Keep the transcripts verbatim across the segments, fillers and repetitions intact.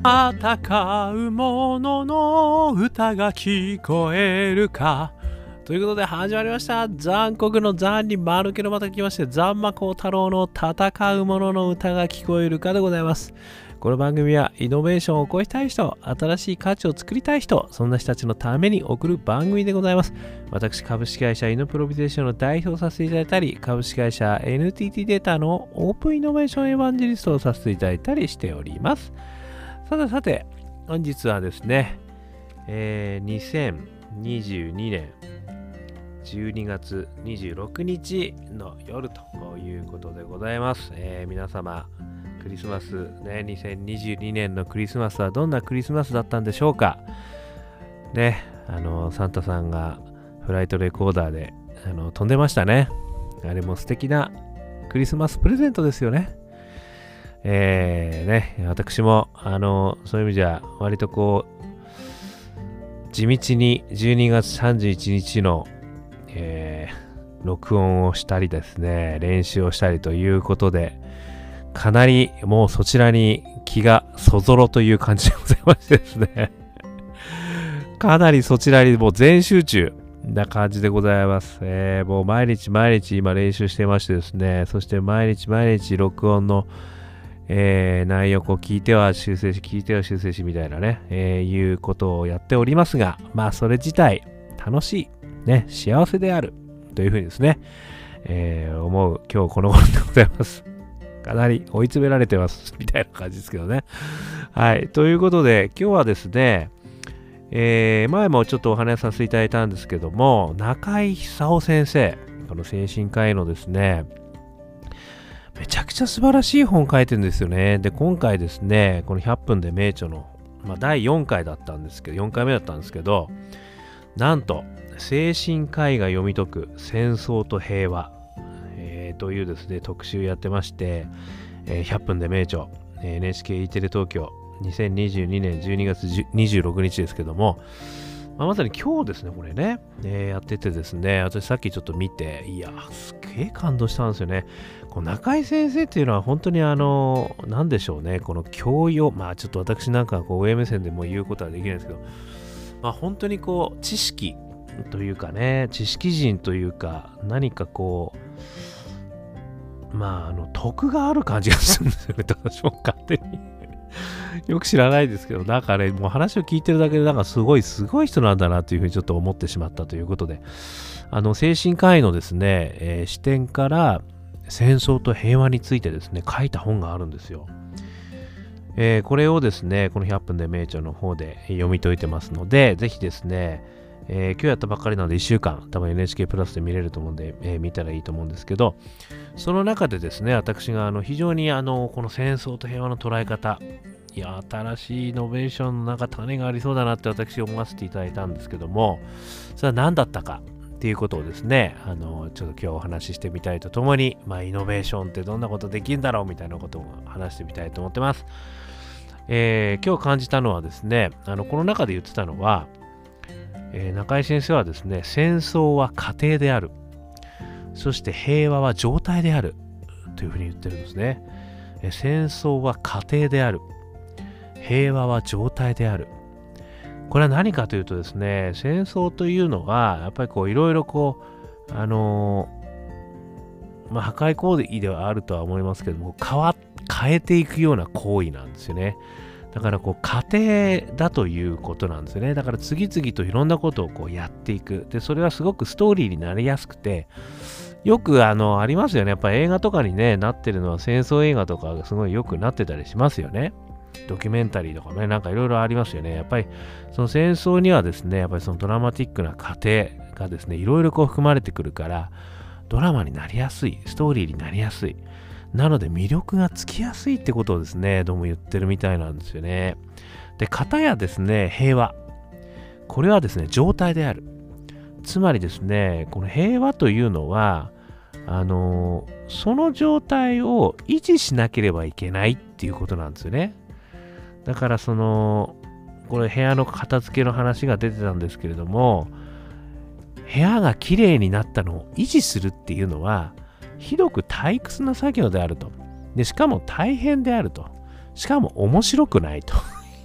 戦う者の歌が聞こえるか。ということで始まりました。残酷の残に丸けのまた来まして、残魔高太郎の戦う者の歌が聞こえるかでございます。この番組はイノベーションを起こしたい人、新しい価値を作りたい人、そんな人たちのために送る番組でございます。私、株式会社イノプロビゼーションの代表をさせていただいたり、株式会社 エヌティーティー データのオープンイノベーションエヴァンジェリストをさせていただいたりしております。さてさて、本日はですね、えー、にせんにじゅうにねんじゅうにがつにじゅうろくにちの夜ということでございます。えー、皆様、クリスマスね、にせんにじゅうにねんのクリスマスはどんなクリスマスだったんでしょうか。ね、あの、サンタさんがフライトレコーダーであの飛んでましたね。あれも素敵なクリスマスプレゼントですよね。えー、ね、私も、あの、そういう意味じゃ、割とこう、地道にじゅうにがつさんじゅういちにちの、えー、録音をしたりですね、練習をしたりということで、かなりもうそちらに気がそぞろという感じでございましてですね、かなりそちらにもう全集中な感じでございます。えー、もう毎日毎日今練習してましてですね、そして毎日毎日録音のえー、内容を聞いては修正し、聞いては修正しみたいなね、えー、いうことをやっておりますが、まあそれ自体楽しい、ね、幸せであるというふうにですね、えー、思う今日この頃でございます。かなり追い詰められてますみたいな感じですけどね。はい。ということで今日はですね、えー、前もちょっとお話しさせていただいたんですけども、中井久夫先生、この精神科医のですね、めちゃくちゃ素晴らしい本書いてるんですよね。で、今回ですね、このひゃっぷんで名著の、まあ、だいよんかいだったんですけど、よんかいめだったんですけど、なんと、精神科医が読み解く戦争と平和、えー、というですね、特集やってまして、えー、ひゃっぷんで名著、エヌエイチケー E テレ東京、にせんにじゅうにねんじゅうにがつにじゅうろくにちですけども、まあ、まさに今日ですね、これね、えー、やっててですね、私さっきちょっと見て、いや、すっげえ感動したんですよね。この中井先生っていうのは本当にあの、なんでしょうね、この教養、まあちょっと私なんかこう上目線でも言うことはできないんですけど、まあ本当にこう、知識というかね、知識人というか、何かこう、まああの、徳がある感じがするんですよね、私も勝手に。よく知らないですけど、なんかね、もう話を聞いてるだけで、なんかすごい、すごい人なんだなというふうにちょっと思ってしまったということで、あの、精神科医のですね、えー、視点から、戦争と平和についてですね、書いた本があるんですよ。えー、これをですね、このひゃっぷんで名著の方で読み解いてますので、ぜひですね、えー、今日やったばっかりなのでいっしゅうかん、多分 エヌエイチケー プラスで見れると思うんで、えー、見たらいいと思うんですけど、その中でですね、私があの非常にあのこの戦争と平和の捉え方、いや、新しいイノベーションのなんか種がありそうだなって私思わせていただいたんですけども、それは何だったかっていうことをですね、あのちょっと今日お話ししてみたいとともに、まあ、イノベーションってどんなことできるんだろうみたいなことを話してみたいと思ってます。えー、今日感じたのはですね、あのこの中で言ってたのは、えー、中井先生はですね、戦争は過程である、そして平和は状態であるというふうに言ってるんですね。えー、戦争は過程である、平和は状態である。これは何かというとですね、戦争というのはやっぱりこういろいろこうあのー、まあ破壊行為ではあるとは思いますけども、変わ変えていくような行為なんですよね。だからこう過程だということなんですよね。だから次々といろんなことをこうやっていく。で、それはすごくストーリーになりやすくて、よくあのありますよね。やっぱ映画とかにねなってるのは戦争映画とかすごいよくなってたりしますよね。ドキュメンタリーとかね、なんかいろいろありますよね。やっぱりその戦争にはですね、やっぱりそのドラマティックな過程がですね、いろいろこう含まれてくるから、ドラマになりやすい、ストーリーになりやすい。なので魅力がつきやすいってことをですね、どうも言ってるみたいなんですよね。で、片やですね、平和。これはですね、状態である。つまりですね、この平和というのは、あのー、その状態を維持しなければいけないっていうことなんですよね。だからその、これ部屋の片付けの話が出てたんですけれども、部屋がきれいになったのを維持するっていうのは、ひどく退屈な作業であると。で、しかも大変であると。しかも面白くないと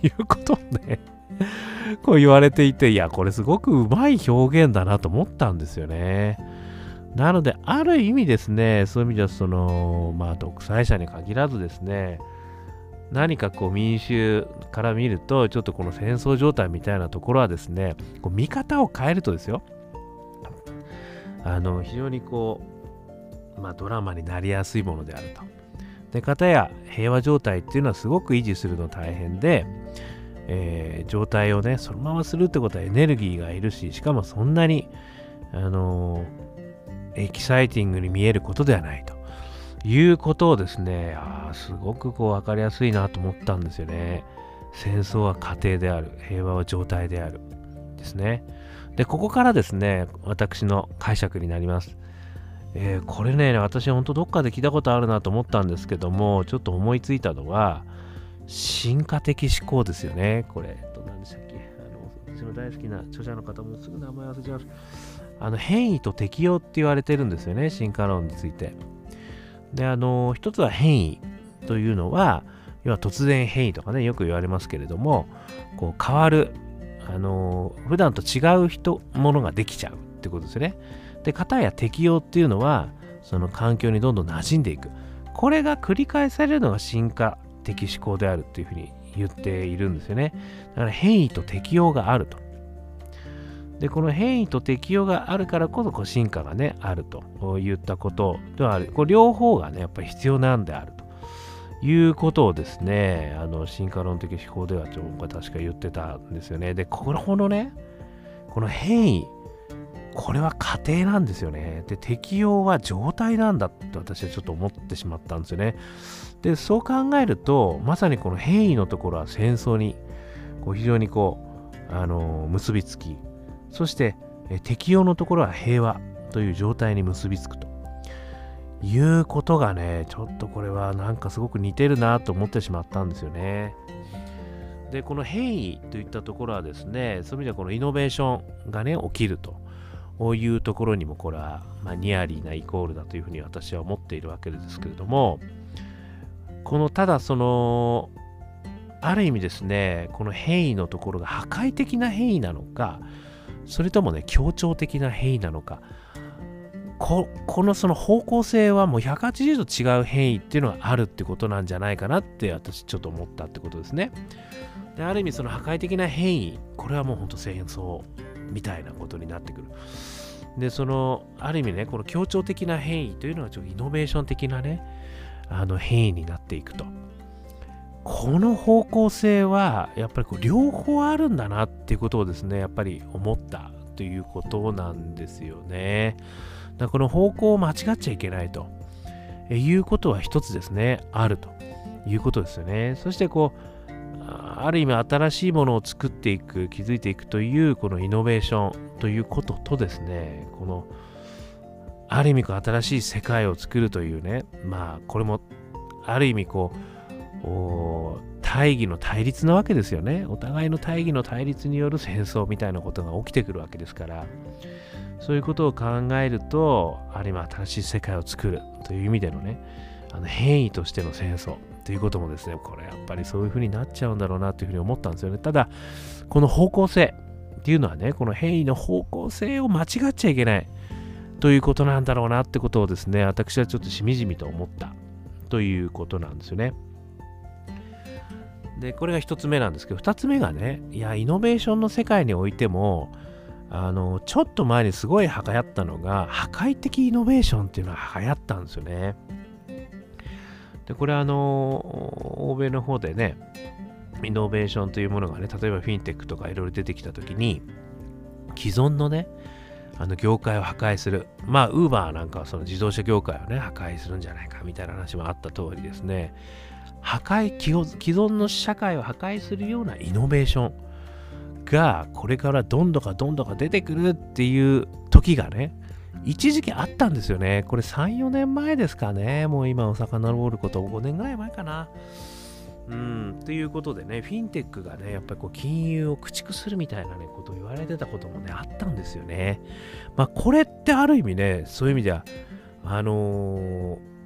いうことをね、こう言われていて、いや、これすごくうまい表現だなと思ったんですよね。なので、ある意味ですね、そういう意味では、その、まあ、独裁者に限らずですね、何かこう民衆から見ると、ちょっとこの戦争状態みたいなところはですね、こう見方を変えるとですよ、あの、非常にこう、まあ、ドラマになりやすいものであると。で、かたや平和状態っていうのはすごく維持するの大変で、えー、状態をね、そのままするってことはエネルギーがいるし、しかもそんなに、あのー、エキサイティングに見えることではないということをですね、あーすごくこう分かりやすいなと思ったんですよね。戦争は過程である、平和は状態であるですね。で、ここからですね、私の解釈になります。えー、これね、私本当どっかで聞いたことあるなと思ったんですけども、ちょっと思いついたのは、進化的思考ですよね。これ、えっと、何でしたっけ、あの、うちの大好きな著者の方もすぐ名前忘れちゃいます。あの、変異と適応って言われてるんですよね、進化論について。で、あの、一つは変異というのは、要は突然変異とかね、よく言われますけれども、こう変わる、あの、普段と違う人、ものができちゃうってことですよね。で、かたや適応っていうのは、その環境にどんどん馴染んでいく。これが繰り返されるのが進化的思考であるっていうふうに言っているんですよね。だから変異と適応があると。で、この変異と適応があるからこそ、こう進化がね、あるといったことではある。これ両方がね、やっぱり必要なんであるということをですね、あの、進化論的思考では、ちょっと確か言ってたんですよね。で、このね、この変異、これは過程なんですよね。で、適応は状態なんだって私はちょっと思ってしまったんですよね。で、そう考えると、まさにこの変異のところは戦争にこう非常にこう、あのー結びつき、そしてえ適応のところは平和という状態に結びつくということがね、ちょっとこれはなんかすごく似てるなと思ってしまったんですよね。で、この変異といったところはですね、そういう意味ではこのイノベーションがね、起きると。こういうところにもこれは、まあ、ニアリーなイコールだというふうに私は思っているわけですけれども、このただそのある意味ですね、この変異のところが破壊的な変異なのか、それともね協調的な変異なのか、こ, このその方向性はもうひゃくはちじゅうど違う変異っていうのがあるってことなんじゃないかなって私ちょっと思ったってことですね。で、ある意味その破壊的な変異、これはもう本当戦争みたいなことになってくる。で、そのある意味ね、この協調的な変異というのはちょっとイノベーション的なね、あの変異になっていくと。この方向性はやっぱりこう両方あるんだなっていうことをですね、やっぱり思ったということなんですよね。だからこの方向を間違っちゃいけないということは一つですね、あるということですよね。そしてこうある意味新しいものを作っていく、築いていくというこのイノベーションということとですね、このある意味こう新しい世界を作るというね、まあこれもある意味こう大義の対立なわけですよね。お互いの大義の対立による戦争みたいなことが起きてくるわけですから、そういうことを考えると、ある意味新しい世界を作るという意味でのね、あの変異としての戦争ということもですね、これやっぱりそういう風になっちゃうんだろうなというふうに思ったんですよね。ただこの方向性っていうのはね、この変異の方向性を間違っちゃいけないということなんだろうなってことをですね、私はちょっとしみじみと思ったということなんですよね。で、これが一つ目なんですけど、二つ目がね、いやイノベーションの世界においても、あのちょっと前にすごい流行ったのが破壊的イノベーションっていうのが流行ったんですよね。で、これはあの欧米の方でね、イノベーションというものがね、例えばフィンテックとかいろいろ出てきたときに、既存のね、あの業界を破壊する、まあウーバーなんかはその自動車業界をね破壊するんじゃないかみたいな話もあった通りですね、破壊既存の社会を破壊するようなイノベーションがこれからどんどんどんどん出てくるっていう時がね、一時期あったんですよね。これさん、よねんまえですかね。もう今お遡ることごねんぐらい前かな。うん、ということでね、フィンテックがね、やっぱりこう金融を駆逐するみたいなね、ことを言われてたこともね、あったんですよね。まあ、これってある意味ね、そういう意味では、あのー、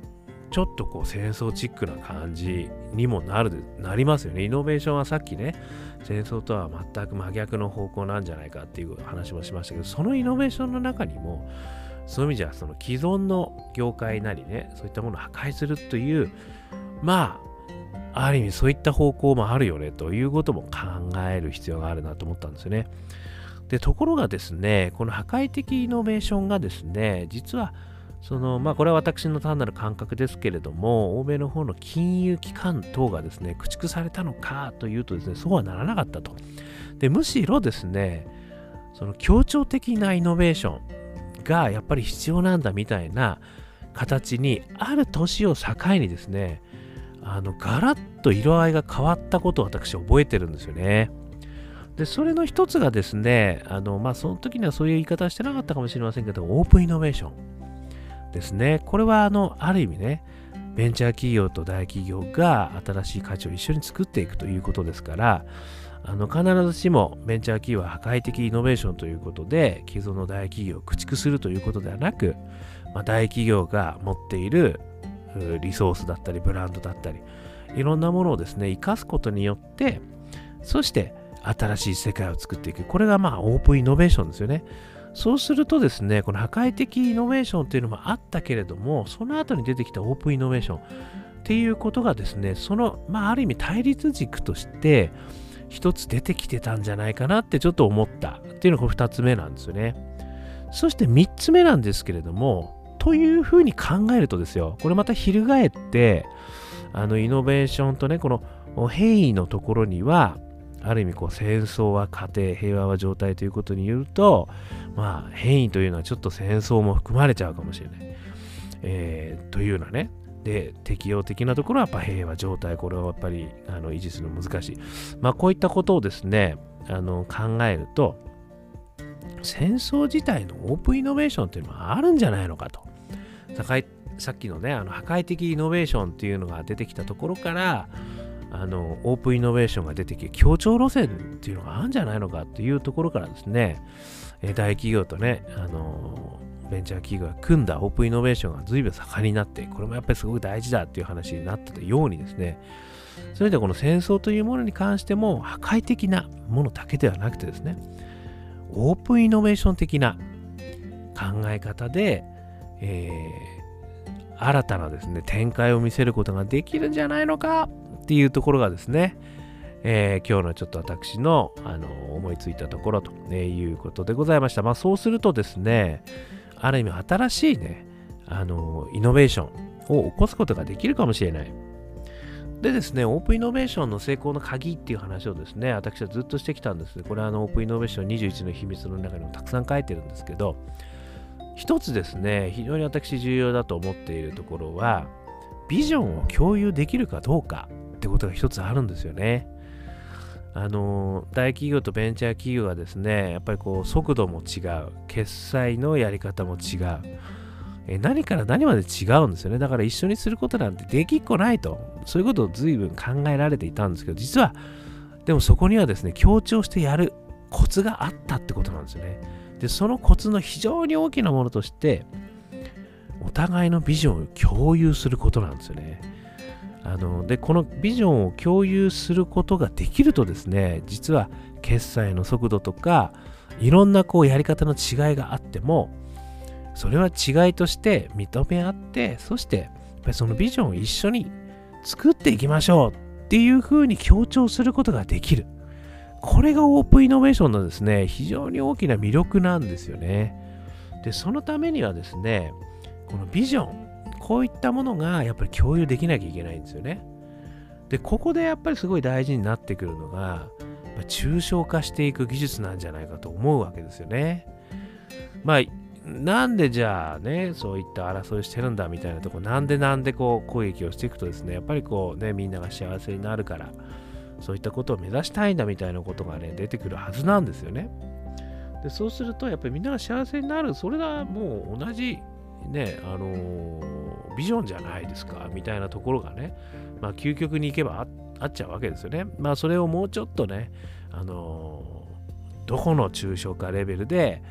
ちょっとこう戦争チックな感じにもなるなりますよね。イノベーションはさっきね、戦争とは全く真逆の方向なんじゃないかっていう話もしましたけど、そのイノベーションの中にもそういう意味じゃその既存の業界なりね、そういったものを破壊するという、まあある意味そういった方向もあるよねということも考える必要があるなと思ったんですよね。でところがですね、この破壊的イノベーションがですね、実はそのまあこれは私の単なる感覚ですけれども、欧米の方の金融機関等がですね駆逐されたのかというとですね、そうはならなかったと。でむしろですね、その協調的なイノベーションがやっぱり必要なんだみたいな形に、ある年を境にですね、あのガラッと色合いが変わったことを私覚えてるんですよね。でそれの一つがですね、あのまあその時にはそういう言い方はしてなかったかもしれませんけど、オープンイノベーションですね。これはあのある意味ね、ベンチャー企業と大企業が新しい価値を一緒に作っていくということですから、あの必ずしもベンチャー企業は破壊的イノベーションということで既存の大企業を駆逐するということではなく、まあ、大企業が持っているリソースだったりブランドだったりいろんなものをですね生かすことによって、そして新しい世界を作っていく、これがまあオープンイノベーションですよね。そうするとですね、この破壊的イノベーションっていうのもあったけれども、その後に出てきたオープンイノベーションっていうことがですね、そのまあある意味対立軸として一つ出てきてたんじゃないかなってちょっと思ったっていうのがふたつめなんですよね。そしてみっつめなんですけれども、というふうに考えるとですよ、これまた翻ってあのイノベーションとね、この変異のところにはある意味こう戦争は過程、平和は状態ということに言うと、まあ変異というのはちょっと戦争も含まれちゃうかもしれない、えー、というようなね。で適応的なところはやっぱ平和状態、これはやっぱりあの維持するの難しい、まあこういったことをですねあの考えると、戦争自体のオープンイノベーションっていうのはあるんじゃないのかと。さっきのねあの破壊的イノベーションっていうのが出てきたところから、あのオープンイノベーションが出てきて協調路線っていうのがあるんじゃないのかっていうところからですね、大企業とねあのベンチャー企業が組んだオープンイノベーションが随分盛んになって、これもやっぱりすごく大事だっていう話になってたようにですね、それでこの戦争というものに関しても破壊的なものだけではなくてですね、オープンイノベーション的な考え方で、えー、新たなですね展開を見せることができるんじゃないのかっていうところがですね、えー、今日のちょっと私の、あの思いついたところということでございました。まあそうするとですね、ある意味新しいね、あのイノベーションを起こすことができるかもしれない。でですね、オープンイノベーションの成功の鍵っていう話をですね、私はずっとしてきたんです。これはあのオープンイノベーションにじゅういちの秘密の中にもたくさん書いてるんですけど、一つですね、非常に私重要だと思っているところは、ビジョンを共有できるかどうかってことが一つあるんですよね。あの大企業とベンチャー企業はですね、やっぱりこう速度も違う、決済のやり方も違う、え何から何まで違うんですよね。だから一緒にすることなんてできっこないと、そういうことを随分考えられていたんですけど、実はでもそこにはですね、強調してやるコツがあったってことなんですよね。でそのコツの非常に大きなものとして、お互いのビジョンを共有することなんですよね。あのでこのビジョンを共有することができるとですね、実は決済の速度とかいろんなこうやり方の違いがあっても、それは違いとして認め合って、そしてやっぱりそのビジョンを一緒に作っていきましょうっていうふうに強調することができる。これがオープンイノベーションのですね、非常に大きな魅力なんですよね。でそのためにはですね、このビジョン、こういったものがやっぱり共有できなきゃいけないんですよね。でここでやっぱりすごい大事になってくるのが、抽象化していく技術なんじゃないかと思うわけですよね。まあなんでじゃあね、そういった争いしてるんだみたいなところ、なんでなんでこう攻撃をしていくとですね、やっぱりこうね、みんなが幸せになるから、そういったことを目指したいんだみたいなことがね、出てくるはずなんですよね。でそうすると、やっぱりみんなが幸せになる、それがもう同じね、あのー、ビジョンじゃないですかみたいなところがね、まあ究極に行けば あ, あっちゃうわけですよね。まあそれをもうちょっとね、あのー、どこの抽象化レベルで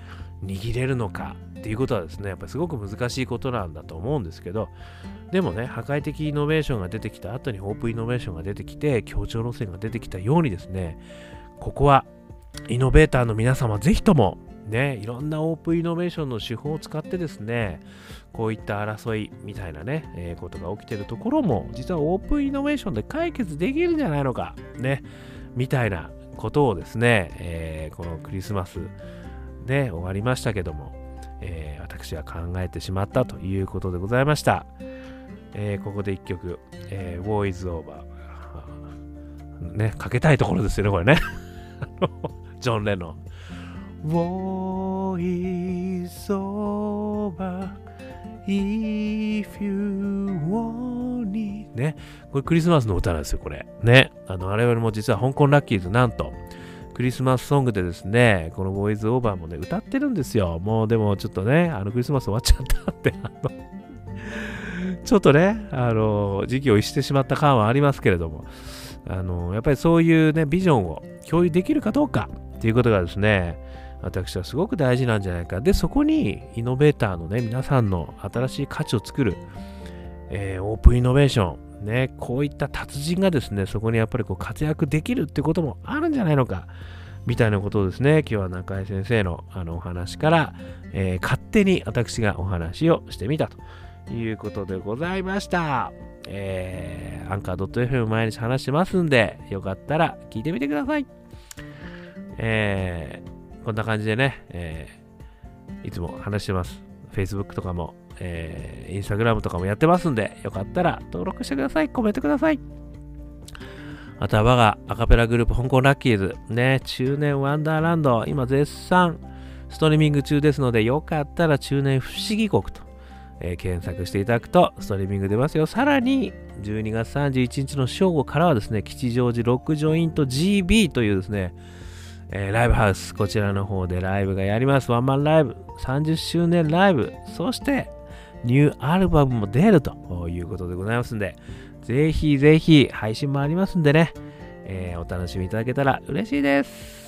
握れるのかっていうことはですね、やっぱりすごく難しいことなんだと思うんですけど、でもね、破壊的イノベーションが出てきた後にオープンイノベーションが出てきて、協調路線が出てきたようにですね、ここはイノベーターの皆様、ぜひともね、いろんなオープンイノベーションの手法を使ってですね、こういった争いみたいなね、えー、ことが起きているところも、実はオープンイノベーションで解決できるんじゃないのか、ね、みたいなことをですね、えー、このクリスマスで終わりましたけども、えー、私は考えてしまったということでございました。えー、ここで一曲、えー、War is Over ね、かけたいところですよね、これね。ジョン・レノン。War is over if you want it ね。これクリスマスの歌なんですよ、これ。ね。あの、我々も実は香港ラッキーズなんと、クリスマスソングでですね、この War is over もね、歌ってるんですよ。もうでもちょっとね、あのクリスマス終わっちゃったんで、あの、ちょっとね、あの、時期を逸してしまった感はありますけれども、あの、やっぱりそういうね、ビジョンを共有できるかどうかっていうことがですね、私はすごく大事なんじゃないか。で、そこにイノベーターのね、皆さんの新しい価値を作る、えー、オープンイノベーション、ね、こういった達人がですね、そこにやっぱりこう活躍できるってこともあるんじゃないのか、みたいなことをですね、今日は中井先生のあのお話から、えー、勝手に私がお話をしてみたということでございました。えー、アンカー .fm 毎日話してますんで、よかったら聞いてみてください。えー、こんな感じでね、えー、いつも話してます。Facebook とかも、えー、Instagram とかもやってますんで、よかったら登録してください。コメントください。あとは我がアカペラグループ香港ラッキーズ、ね、中年ワンダーランド、今絶賛ストリーミング中ですので、よかったら中年不思議国と、えー、検索していただくとストリーミング出ますよ。さらにじゅうにがつさんじゅういちにちの正午からはですね、吉祥寺ロックジョイント ジービー というですね、えー、ライブハウス、こちらの方でライブがやります。ワンマンライブ、さんじゅっしゅうねんライブ、そしてニューアルバムも出るということでございますんで、ぜひぜひ配信もありますんでね、えー、お楽しみいただけたら嬉しいです。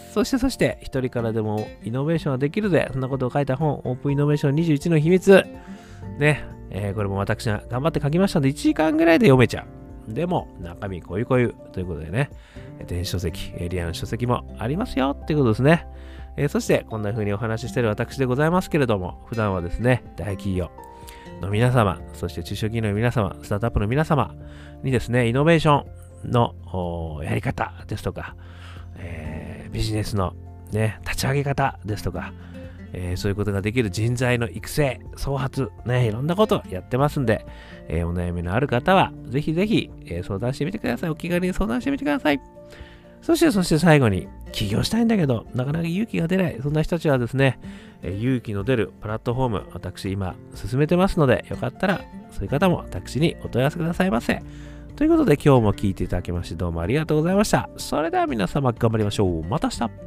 そしてそして一人からでもイノベーションはできるぜ、そんなことを書いた本、オープンイノベーションにじゅういちの秘密ね、えー、これも私が頑張って書きましたのでいちじかんぐらいで読めちゃう。でも中身こういうこういうということでね、電子書籍、リアルの書籍もありますよっていうことですね。えー、そしてこんな風にお話ししている私でございますけれども、普段はですね、大企業の皆様、そして中小企業の皆様、スタートアップの皆様にですね、イノベーションのやり方ですとか、えー、ビジネスの、ね、立ち上げ方ですとか、えー、そういうことができる人材の育成、創発、ね、いろんなことやってますんで、えー、お悩みのある方は、ぜひぜひ、えー、相談してみてください。お気軽に相談してみてください。そして、そして最後に、起業したいんだけど、なかなか勇気が出ない。そんな人たちはですね、えー、勇気の出るプラットフォーム、私今進めてますので、よかったら、そういう方も私にお問い合わせくださいませ。ということで、今日も聞いていただきまして、どうもありがとうございました。それでは皆様頑張りましょう。また明日。